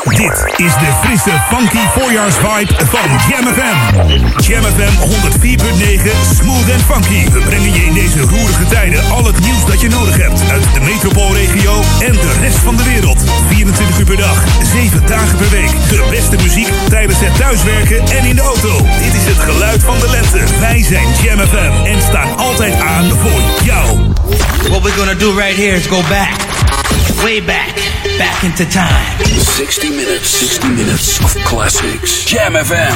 Dit is de frisse, funky voorjaarsvibe van Jam FM. Jam FM 104.9, smooth en funky. We brengen je in deze roerige tijden al het nieuws dat je nodig hebt uit de metropoolregio en de rest van de wereld. 24 uur per dag, 7 dagen per week. De beste muziek tijdens het thuiswerken en in de auto. Dit is het geluid van de lente. Wij zijn Jam FM en staan altijd aan voor jou. What we're gonna do right here is go back. Way back. Back into time. 60 minutes of classics. Jam FM.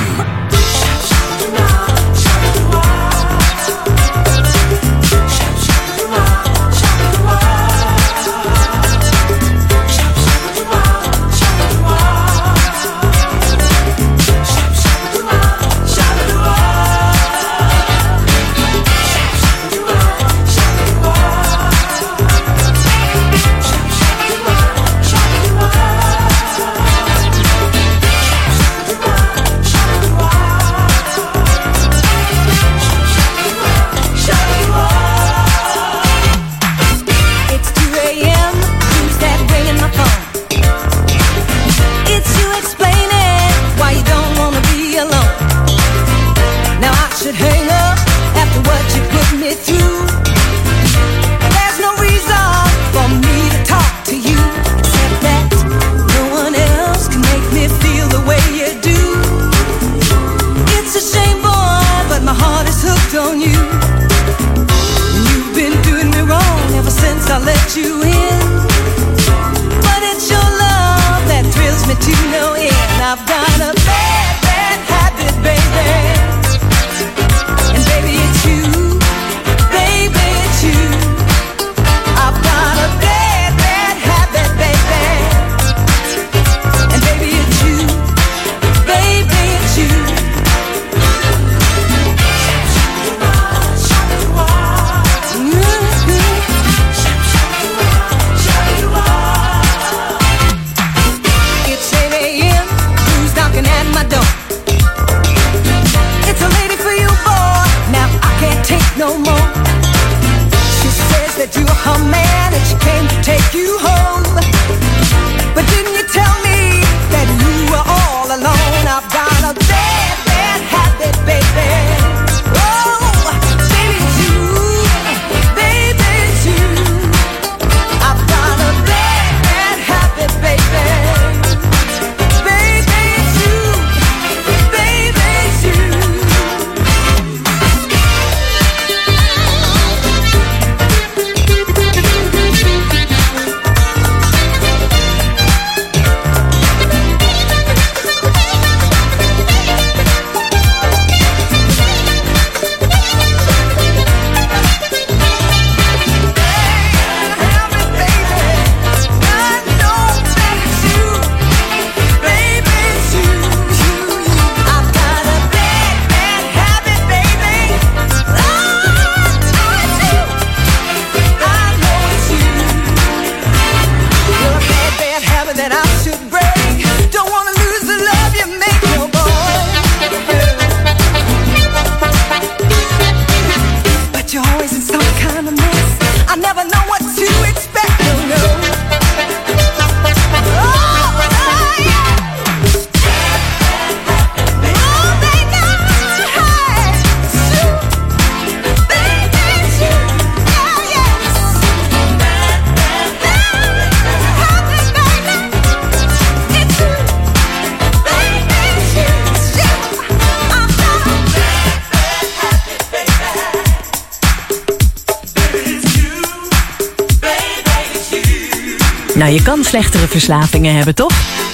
Nou, je kan slechtere verslavingen hebben, toch?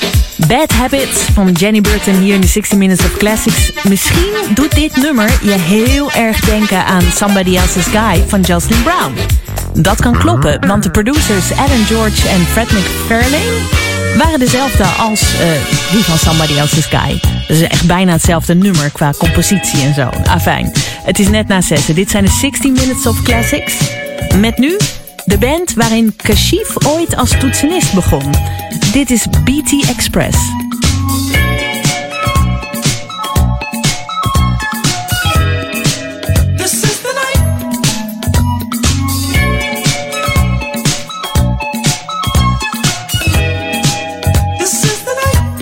Bad Habits van Jenny Burton hier in de 60 Minutes of Classics. Misschien doet dit nummer je heel erg denken aan Somebody Else's Guy van Jocelyn Brown. Dat kan kloppen, want de producers Adam George en Fred MacFarlane waren dezelfde als die van Somebody Else's Guy. Dat is echt bijna hetzelfde nummer qua compositie en zo. Afijn, het is net na 6. Dit zijn de 60 Minutes of Classics. Met nu de band waarin Kashif ooit als toetsenist begon. Dit is BT Express. This is the night.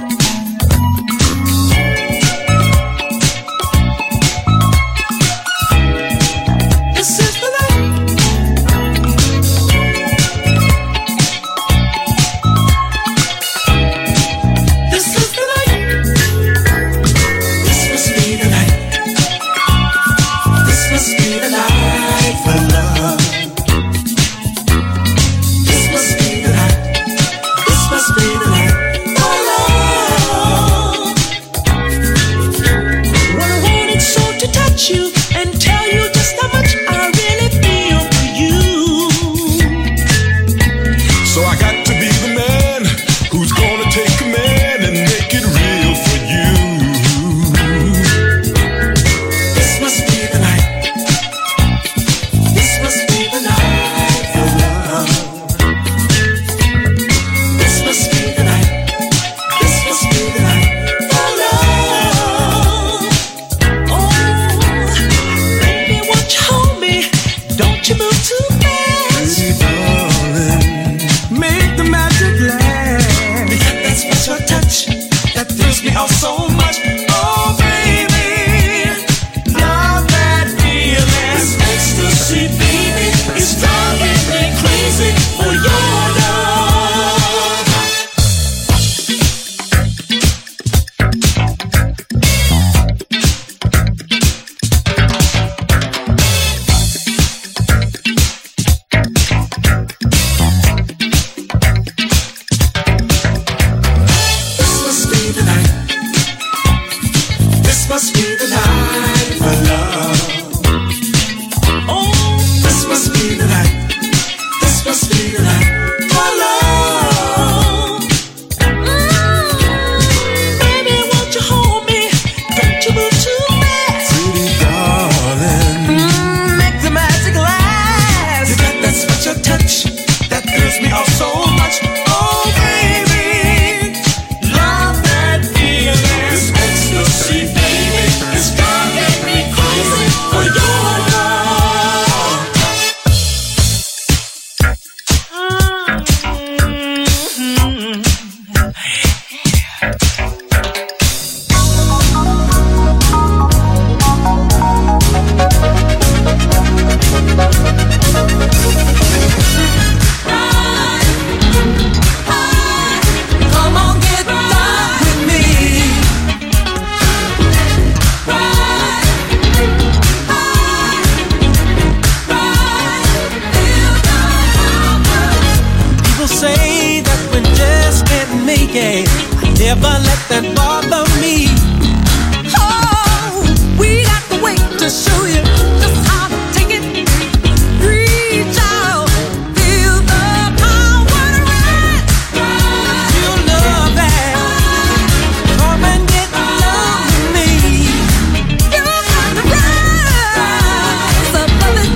ever let that bother me. Oh, we got to wait to show you just how to take it. Reach out, feel the power to rise. You love that. Come and get love with me. You got to rise above it.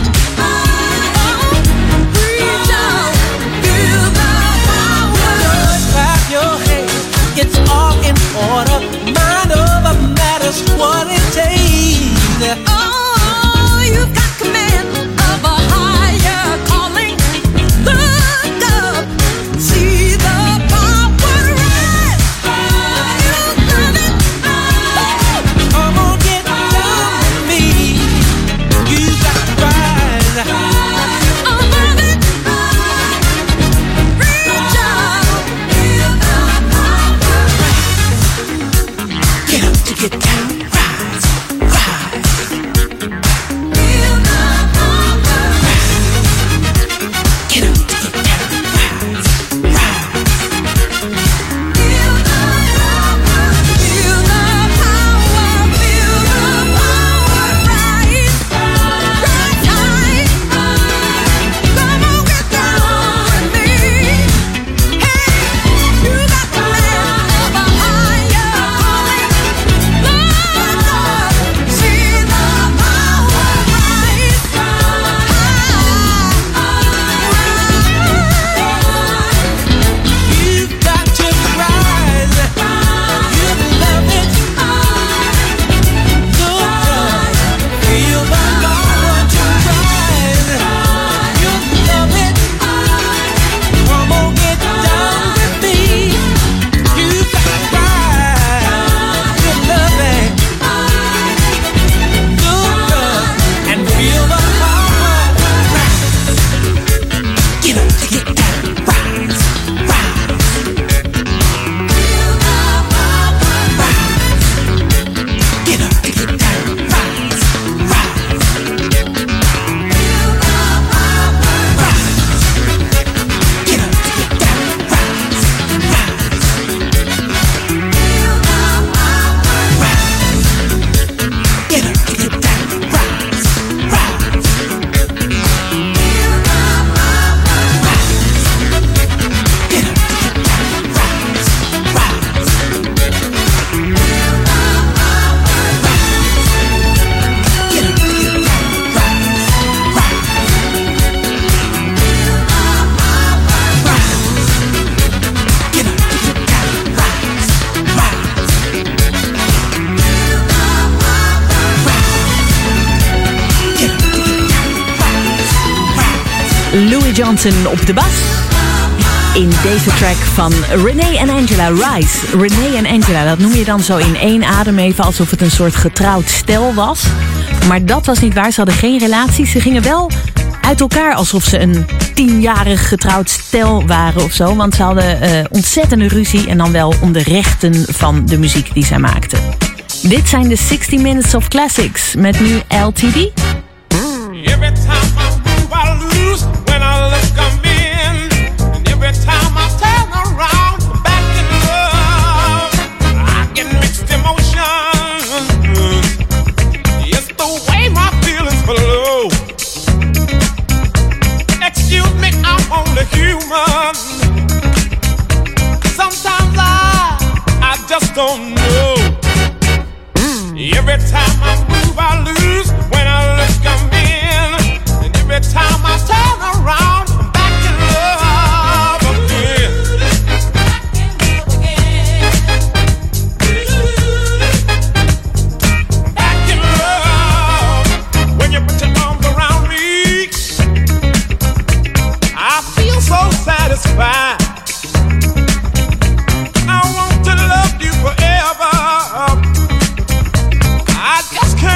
Reach out, feel the power. Just clap your hands. It's all in order. Mind over matters what it takes. Oh, you've got command of a higher calling. Look up, see the power rise. You love it. Come on, get down with me. You got to rise above it. Reach out, feel the power. Get up to get down, rise, rise. Feel the power. Get up to get down, rise, rise. Feel the power, feel the power, feel the power. Rise, rise high. Come on, get down with me. Hey, you got the land of a higher calling. Look up, see the power rise. You've got to rise. You love it. Look up, feel the power to rise. You love it. Come on, get down with me. You got to rise. You love it. Look up and feel the power. Get up to get down. Rise, rise. Feel the power. Get up to get down. Rise, rise. Feel the power. Get up to get down. Rise, rise. Feel the power. Get up to get down. Rise, rise. Feel the power. Get up to get down. Rise, rise. Feel the power. Get up to get down. Rise, rise. Feel the power. Get up to get down. Rise, rise. Feel the power. Get up to get down. Rise, rise. Louis Johnson op de bas. In deze track van René en Angela, Rise. René en Angela, dat noem je dan zo in één adem even alsof het een soort getrouwd stel was. Maar dat was niet waar, ze hadden geen relatie. Ze gingen wel uit elkaar alsof ze een 10-jarig getrouwd stel waren of zo. Want ze hadden ontzettende ruzie en dan wel om de rechten van de muziek die zij maakten. Dit zijn de 60 Minutes of Classics met nu LTD. Every time I move, I lose. When I look, I'm in. And every time I turn around, I'm back in love. I get mixed emotions. It's the way my feelings flow. Excuse me, I'm only human. Sometimes I just don't know. Every time I move, I lose. When I look, I'm in. And every time I turn around, I'm back in love again. Back in love. When you put your arms around me, I feel so satisfied. I want to love you forever. I just can't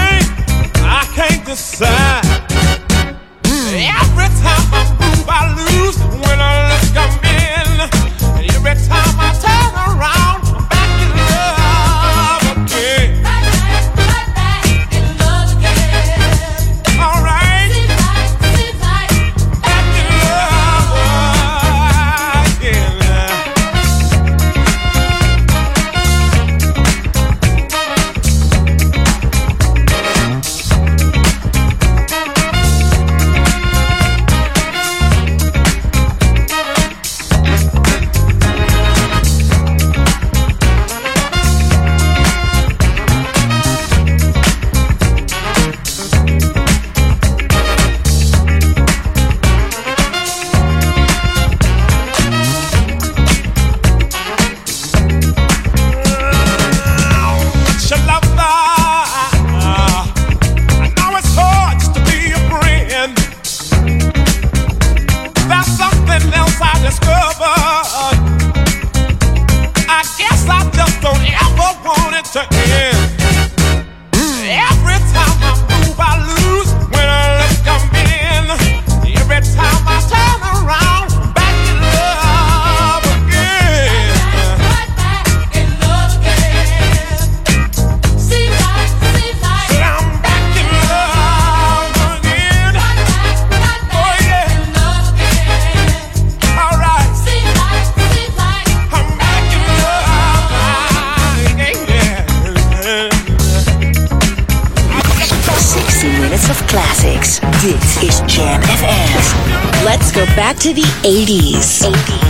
classics. Dit is Jam FM. Let's go back to the 80s.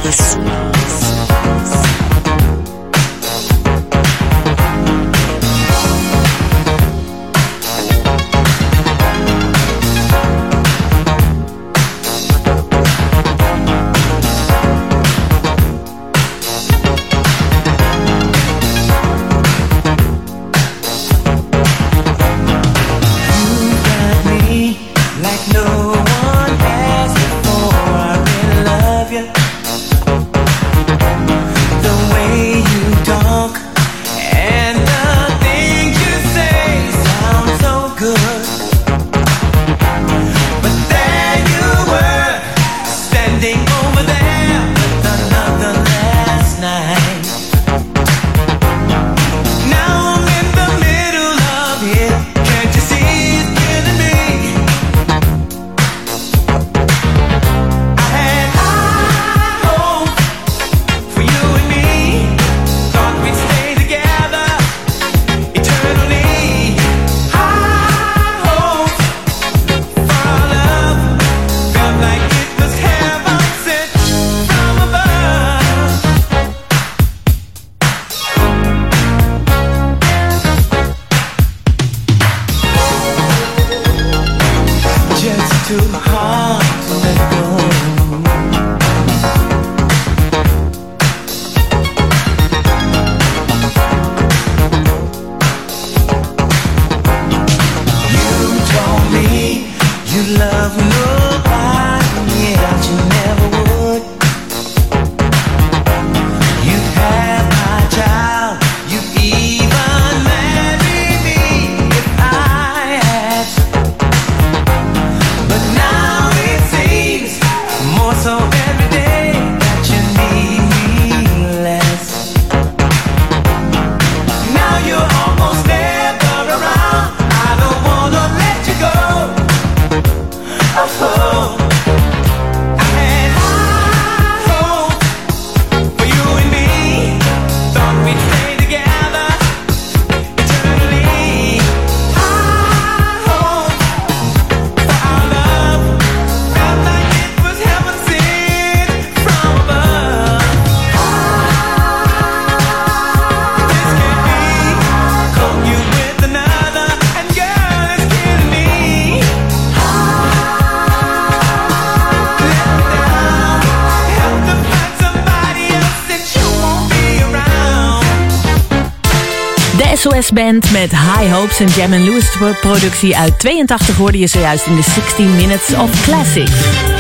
SOS-band met High Hopes, een Jam & Lewis productie uit 82 hoorde je zojuist in de 16 Minutes of Classics.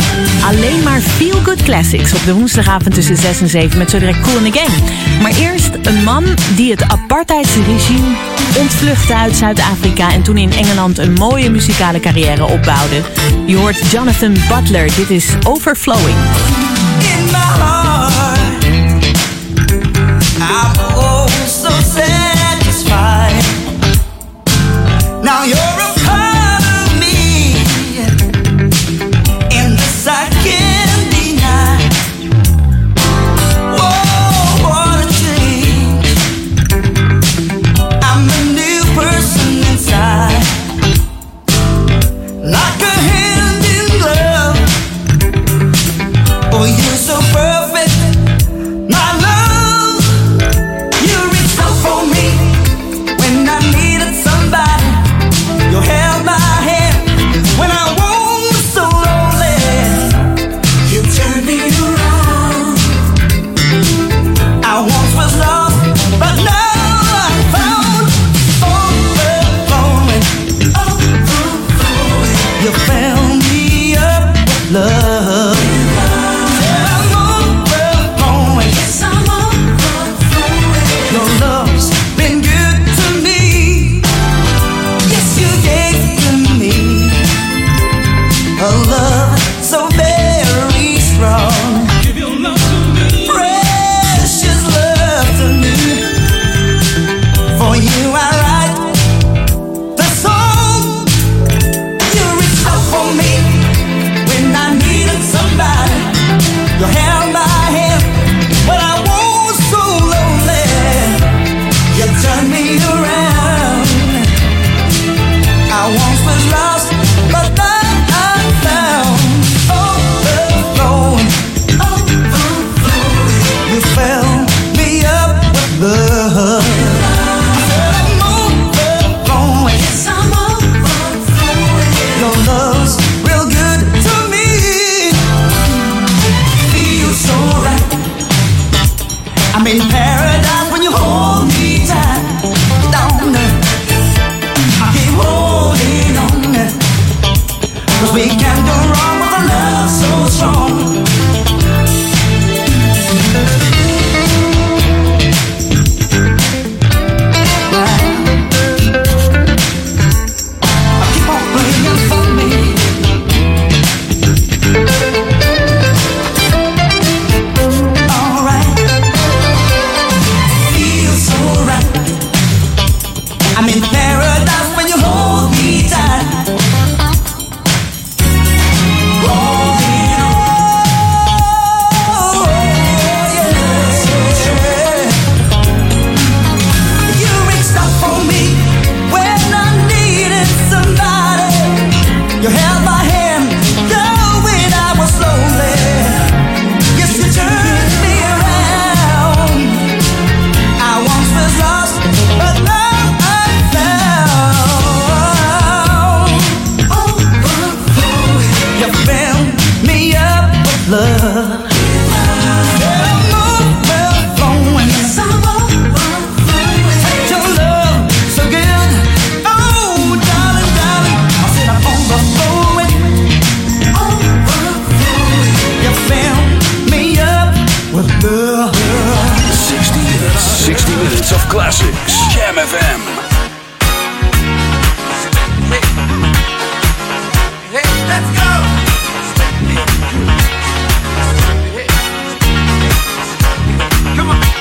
Alleen maar feel-good classics op de woensdagavond tussen 6 en 7 met zo direct Kool and the Gang. Maar eerst een man die het apartheidsregime ontvluchtte uit Zuid-Afrika en toen in Engeland een mooie muzikale carrière opbouwde. Je hoort Jonathan Butler, dit is Overflowing. In my heart, I'm oh so satisfied. Now you're a part of me, and this I can't deny. Whoa, what a change. I'm a new person inside, like a hand in glove. Oh, you're so perfect, my love. minutes of classics. Jam FM. Hey, let's go! Come on!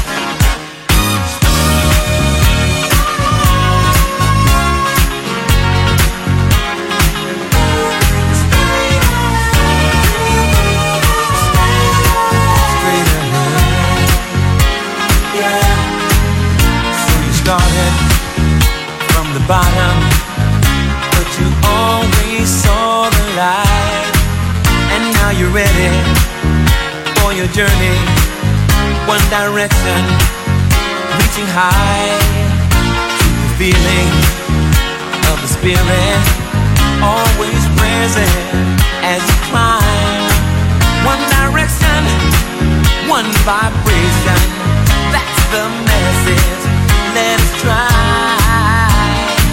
Started from the bottom, but you always saw the light. And now you're ready for your journey. One direction, reaching high. The feeling of the spirit always present as you climb. One direction, one vibration. That's the message. Let us try.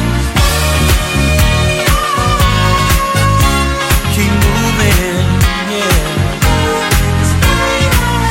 Keep moving, yeah. Straight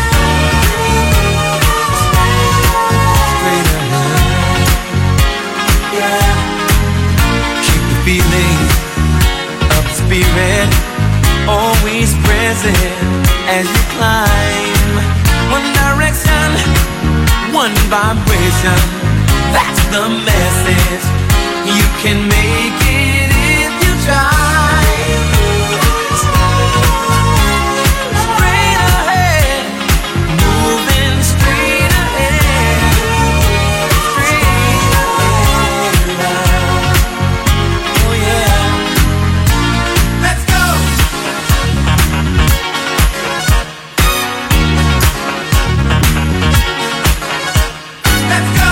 ahead, yeah. Keep the feeling of the spirit always present as you climb. One direction, one vibration. That's the message. You can make it if you try. Straight ahead, moving straight ahead. Straight ahead. Oh yeah. Let's go. Let's go.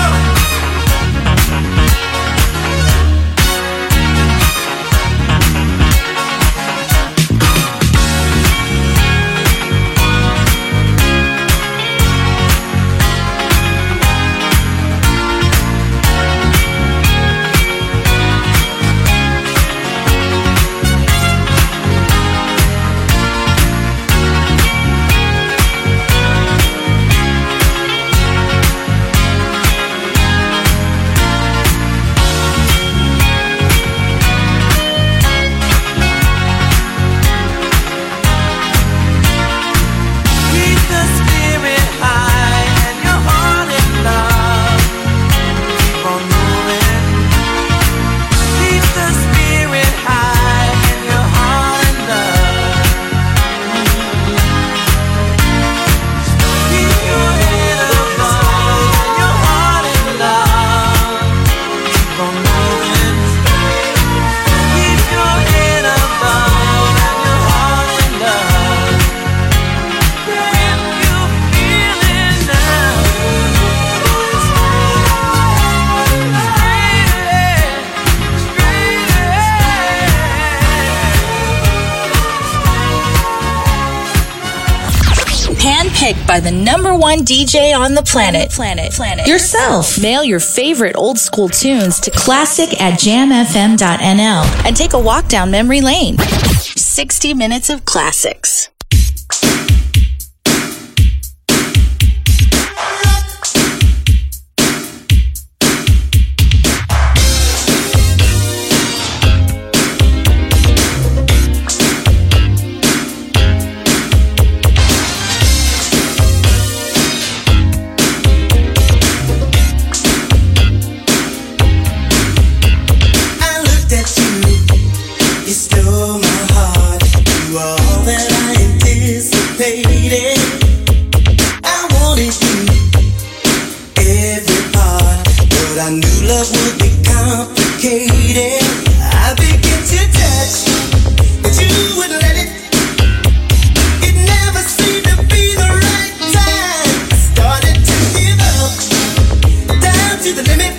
Handpicked by the #1 DJ on the planet. Yourself. Mail your favorite old school tunes to classic@jamfm.nl and take a walk down memory lane. 60 minutes of classics. You stole my heart. You are all that I anticipated. I wanted you every part, but I knew love would be complicated. I began to touch, but you wouldn't let it. It never seemed to be the right time. I started to give up, down to the limit.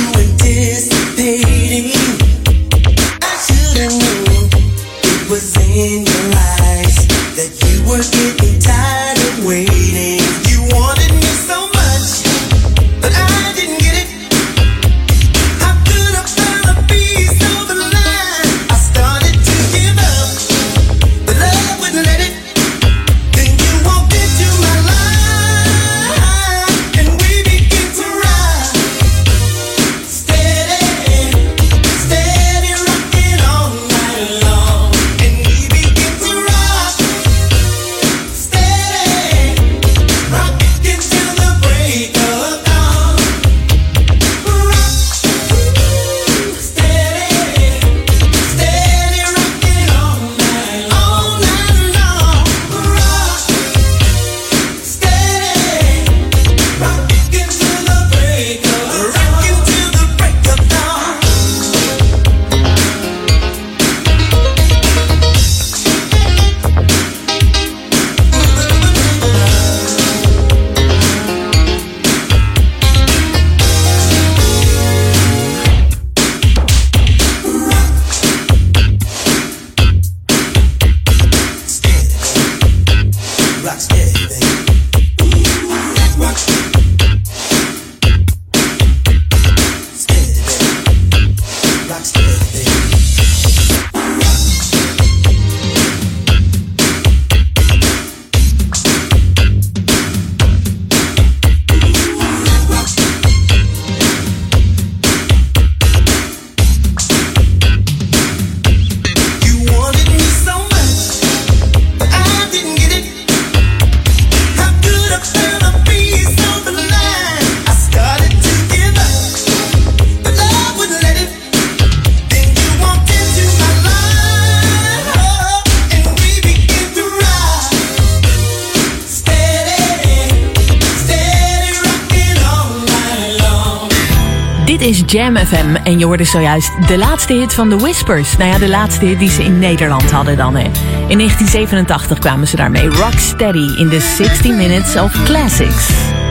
is Jam FM en je hoorde zojuist de laatste hit van The Whispers. Nou ja, de laatste hit die ze in Nederland hadden dan. Hè. In 1987 kwamen ze daarmee. Rocksteady in de 60 Minutes of Classics.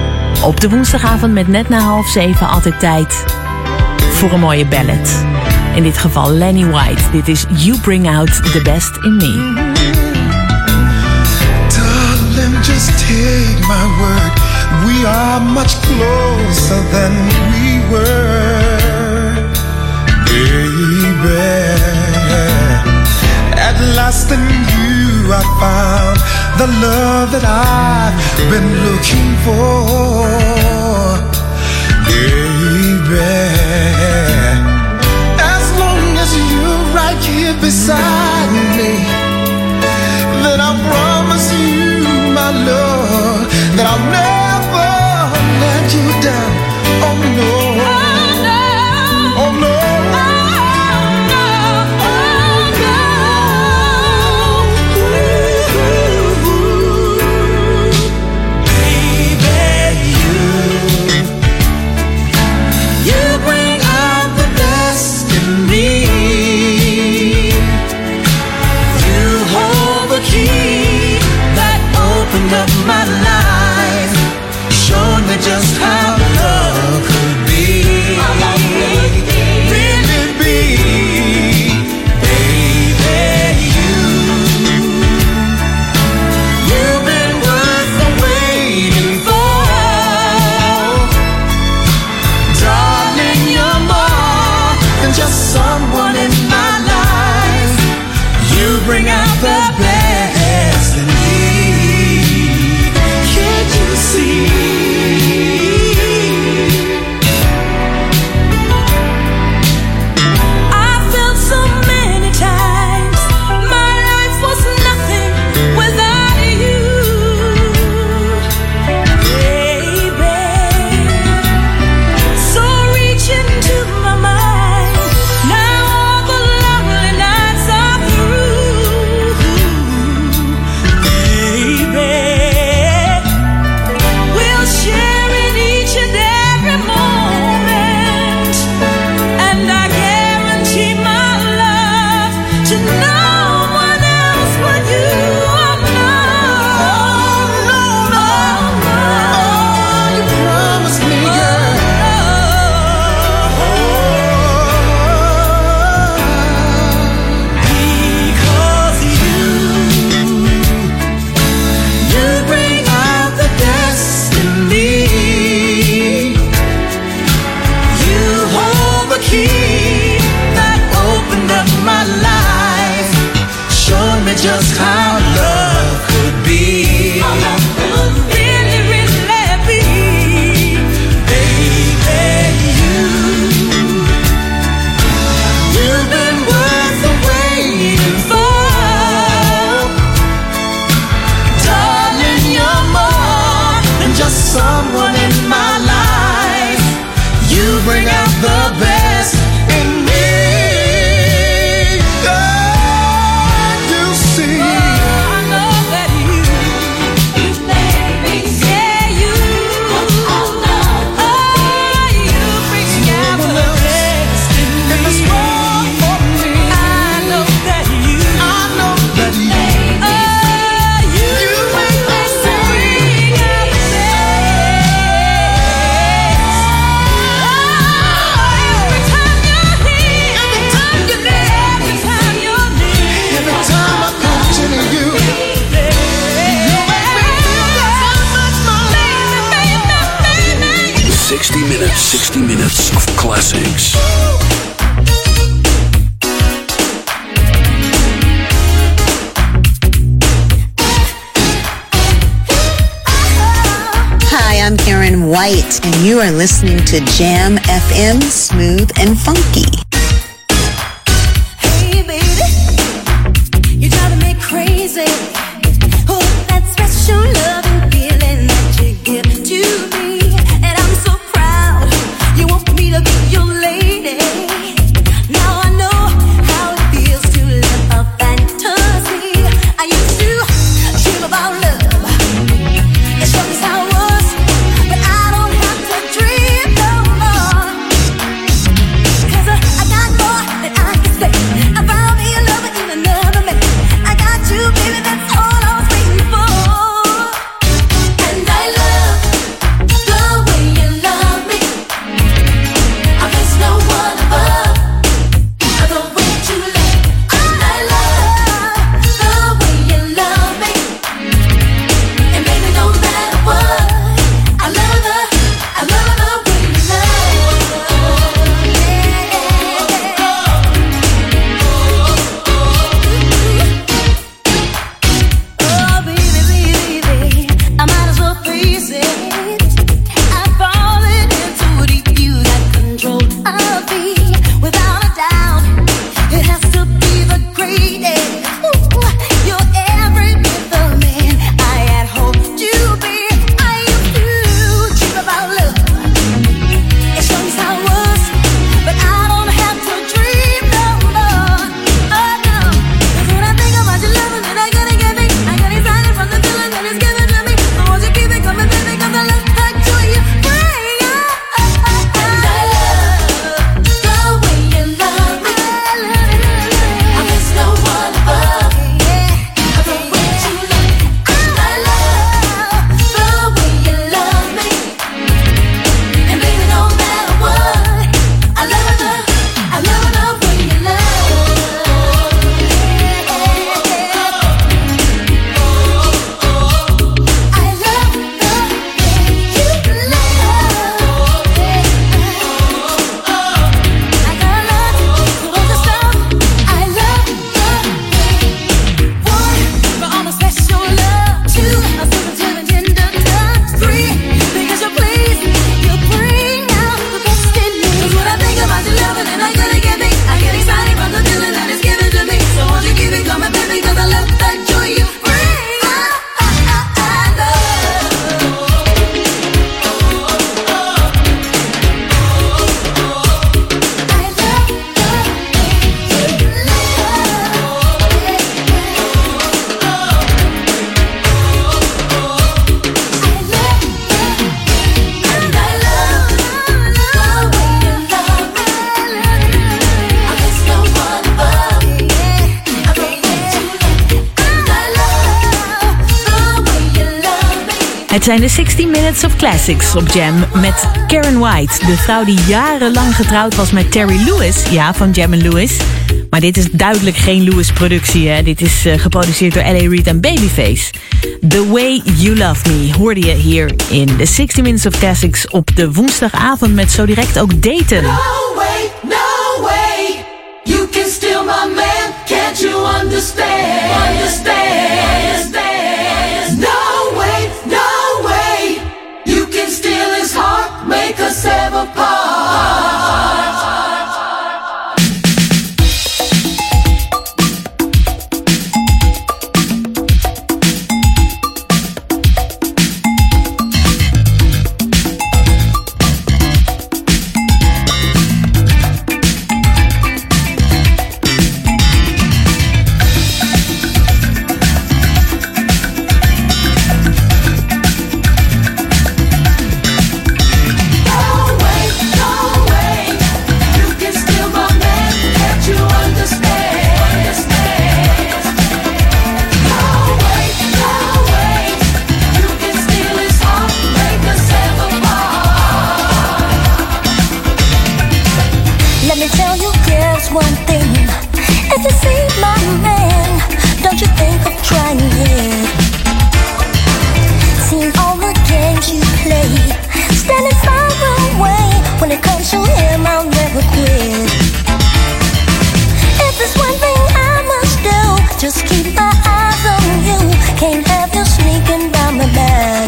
Op de woensdagavond met net na 6:30 altijd tijd voor een mooie ballad. In dit geval Lenny White. Dit is You Bring Out The Best In Me. Darling, just take my word. We are much closer than we were, baby. At last in you I found the love that I've been looking for, baby. As long as you're right here beside me, then I promise you, my love, that I'll never let you down. Oh no. Oh no. key that opened up my life, showed me just how love could be. Really, really let me, baby, you've been worth the waiting for. Darling, you're more than just someone in my life. You bring out the best in me. You see, I know that you make me say you. You bring out the best in me. If it's wrong for me, I know that you. You make me bring out the best. Every time I come to you, you make me feel so much more. 60 minutes of classics. Hi, I'm Karen White, and you are listening to Jam FM Smooth and Funky. Hey baby, you drive me crazy. Oh, that special love and feeling that you give to me, and I'm so proud. You want me to be your lady. Now I know how it feels to live a fantasy. I used to dream about love. It showed me how it was, but I don't have to dream no more. 'Cause I got more than I can say. I found me a lover in another man. I got you, baby, that's all I was waiting for. And I love the way you love me. I place no one above the way you love. And I love the way you love me. And baby, no matter what, I love the way you Oh, baby, I might as well face it. I've fallen into deep. You got control of me, without a doubt. It has to be the greatest. Ooh, you're every bit the man I had hoped you'd be. I used to dream about love. It shows me how it was, but I don't have to dream no more. Oh no, 'cause when I think about your love and I gotta get me, I get excited from the feeling that it's given to me. So won't you keep it coming, baby, 'cause I love that joy you bring. And I love the way you love me. I place no one above the way you love. And I love the way you love me. And baby, no matter what, I love the way you love. I love the way you love. I got love, so don't you stop. I love the way. 1, for all the special love. 2, I'm super to the tender touch. 3, because you're pleased, you bring out the best in me. 'Cause when I think about your loving and I gotta get me, I get excited from the feeling that it's given to me. So won't you keep it coming, baby, 'cause I love that joy you bring. I Het zijn de 60 Minutes of Classics op Jam met Karen White. De vrouw die jarenlang getrouwd was met Terry Lewis. Ja, van Jam & Lewis. Maar dit is duidelijk geen Lewis-productie. Hè? Dit is geproduceerd door L.A. Reid en Babyface. The Way You Love Me hoorde je hier in de 60 Minutes of Classics op de woensdagavond met zo direct ook Dayton. No way, no me tell you girls one thing. If you see my man, don't you think of trying it? Seen all the games you play, standing far away. When it comes to him, I'll never quit. If there's one thing I must do, just keep my eyes on you. Can't have you sneaking down my back.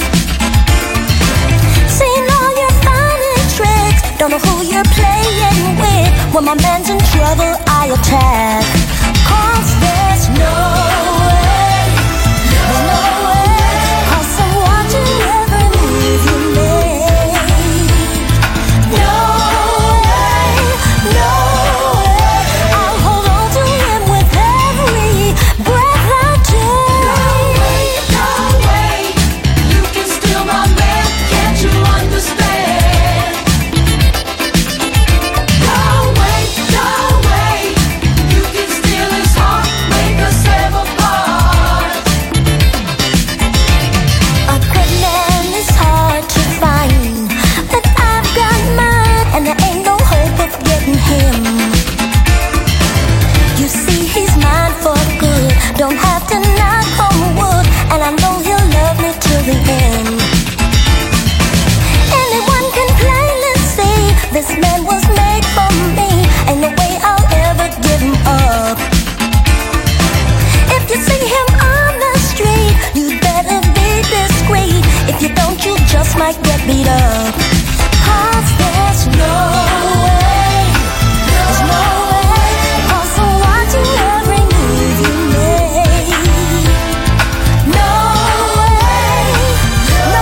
Seen all your funny tricks, don't know who you're playing with. When my man's in trouble, I attack. 'Cause there's no way, there's no way. 'Cause I'm watching every move you make. No way, no way. I'll hold on to him with every breath I take. No way, you can steal my man, can't you understand? No way, you can steal his heart, make us ever part. A good man is hard to find, but I've got mine, and there ain't no hope of getting him. You see, he's mine for good, don't have to knock on wood, and I know he'll love me till the end. Anyone can plainly see this man was made for me. Ain't no way I'll ever give him up. If you see him on the street, you better be discreet. If you don't, you just might get beat up. 'Cause there's no way, there's no way. 'Cause I'm watching every move you make. No way,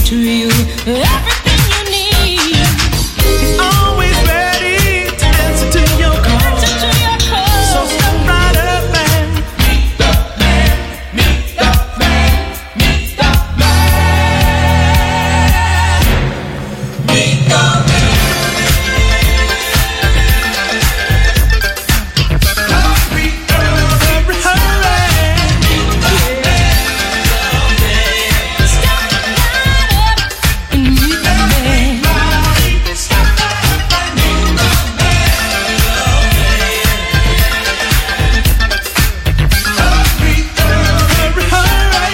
to you everything you need. He's always ready to answer to your call. So step right up and meet the man, meet the man, meet the man, meet the man. Hurry, hurry, hurry. Step right up and meet the man. Step right up and meet the man. Hurry, hurry, hurry.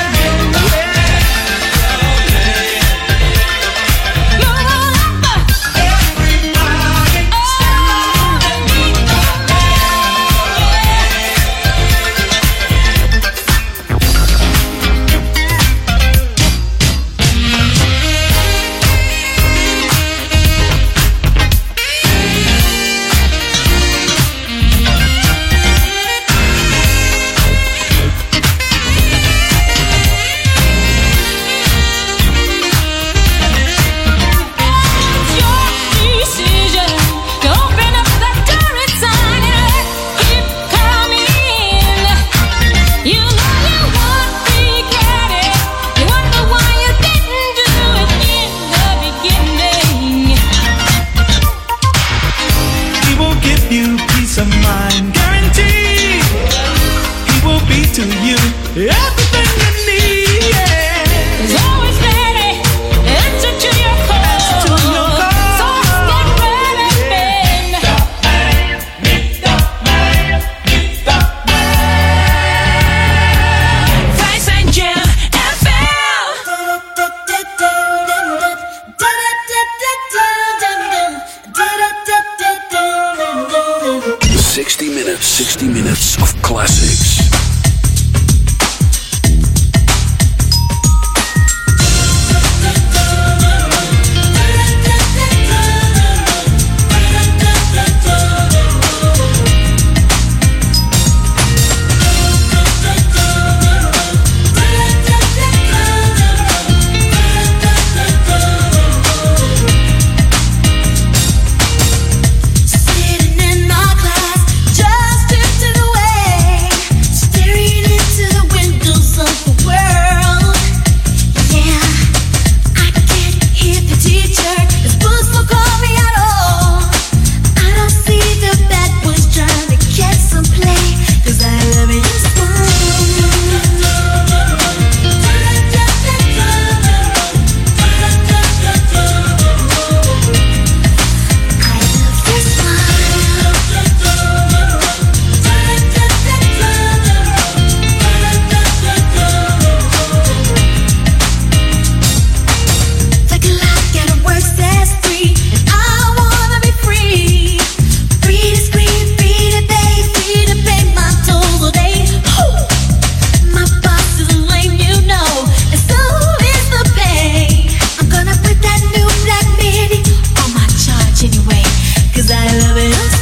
He will give you peace of mind, guaranteed. He will be to you everything you need. Yeah. He's always ready, answer to your call. So step right up and Meet the man, meet the man. Vice and Jam FM. 60 minutes of classics. Sitting in my class, just drifting away, staring into the windows of the world. Yeah, I can't hear the teacher. His books don't call me at all. I don't see the bad boys trying to get some play, 'cause I love it in small. The clock at work says 3, and I wanna be free. Free to scream, free to pay my tolls all day. My boss is lame, you know, and so is the pay. I'm gonna put that new Black Midi on my charge anyway, 'cause I love it. I'm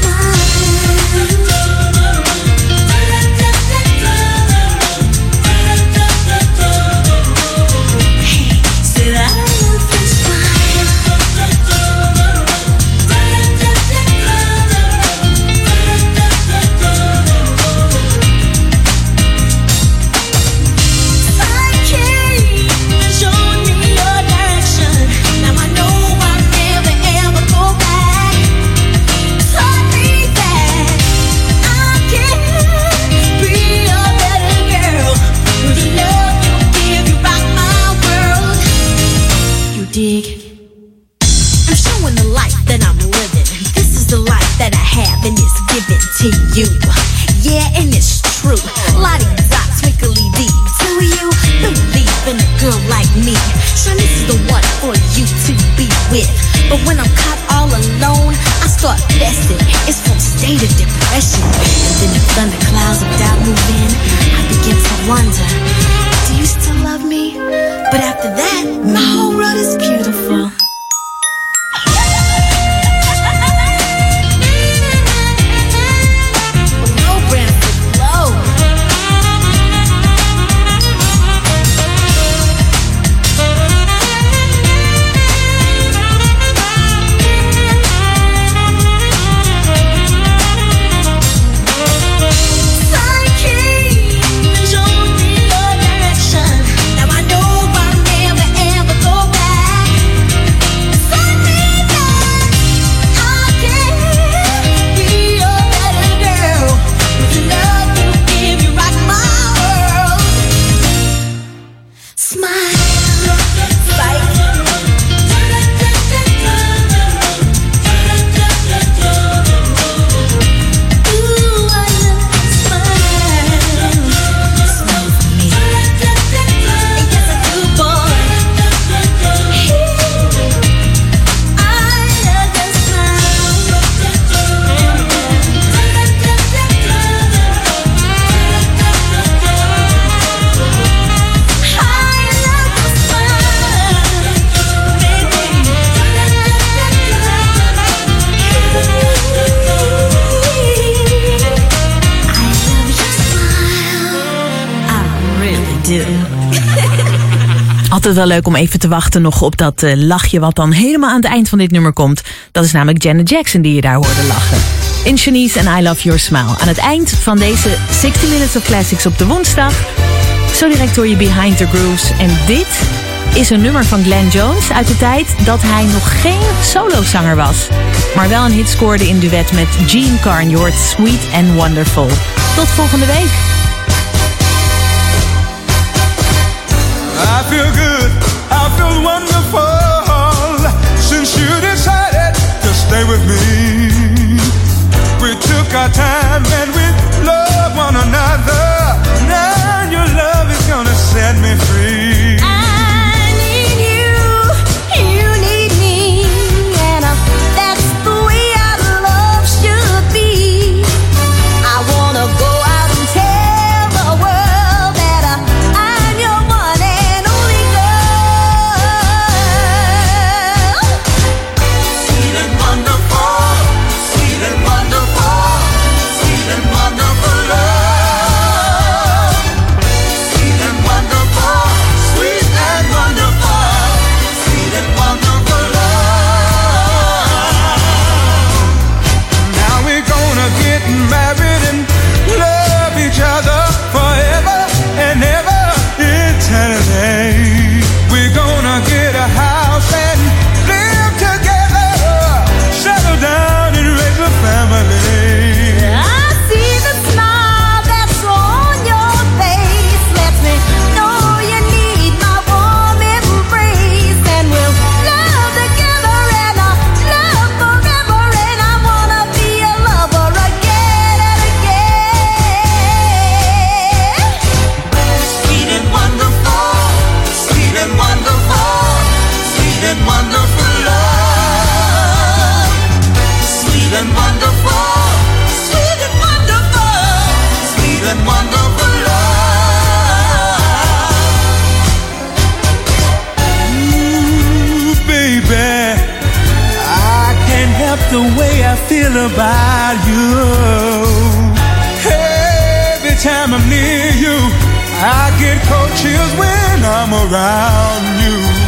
Hey, said I love this I came and showed me your direction. Now I know I'll never ever go back. Taught me that I can be a better girl. With the love you give, you rock my world. You dig? I'm showing the life that I'm living. This is the life that I have, and it's given to you. Yeah, and it's true. Lottie-da, twinkly-dee. Do you believe in a girl like me? Sure, this is the one for you to be with. But when I'm caught all alone, I start festing. It's from state of depression. And then the thunderclouds of doubt move in. I begin to wonder, do you still love me? But after that, my whole world is beautiful. altijd wel leuk om even te wachten nog op dat lachje wat dan helemaal aan het eind van dit nummer komt. Dat is namelijk Janet Jackson die je daar hoorde lachen. In Shanice en I Love Your Smile. Aan het eind van deze 60 Minutes of Classics op de woensdag. Zo direct hoor je Behind the Grooves. En dit is een nummer van Glenn Jones uit de tijd dat hij nog geen solozanger was. Maar wel een hit scoorde in duet met Gene Carn. Je hoort Sweet and Wonderful. Tot volgende week. I feel good, I feel wonderful, since you decided to stay with me. We took our time and we loved one another. Now your love is gonna set me free. I need you, you need me, and that's the way our love should be. I wanna go out and tell the world that I'm your one and only girl. Sweet and wonderful, sweet and wonderful, sweet and wonderful love. Sweet and wonderful, sweet and wonderful, sweet and wonderful love. Now we're gonna get married and love each other forever and ever, eternity. We're gonna get a house and live together, settle down and raise a family. I see the smile that's on your face, lets me know you need my warm embrace, and we'll love together and love forever, and I wanna be a lover again and again. Sweet and wonderful, sweet and wonderful, sweet and wonderful love. Sweet and wonderful, sweet and wonderful, sweet and wonderful love. Ooh, baby, I can't help the way I feel about you. Every time I'm near you, I get cold chills when I'm around you.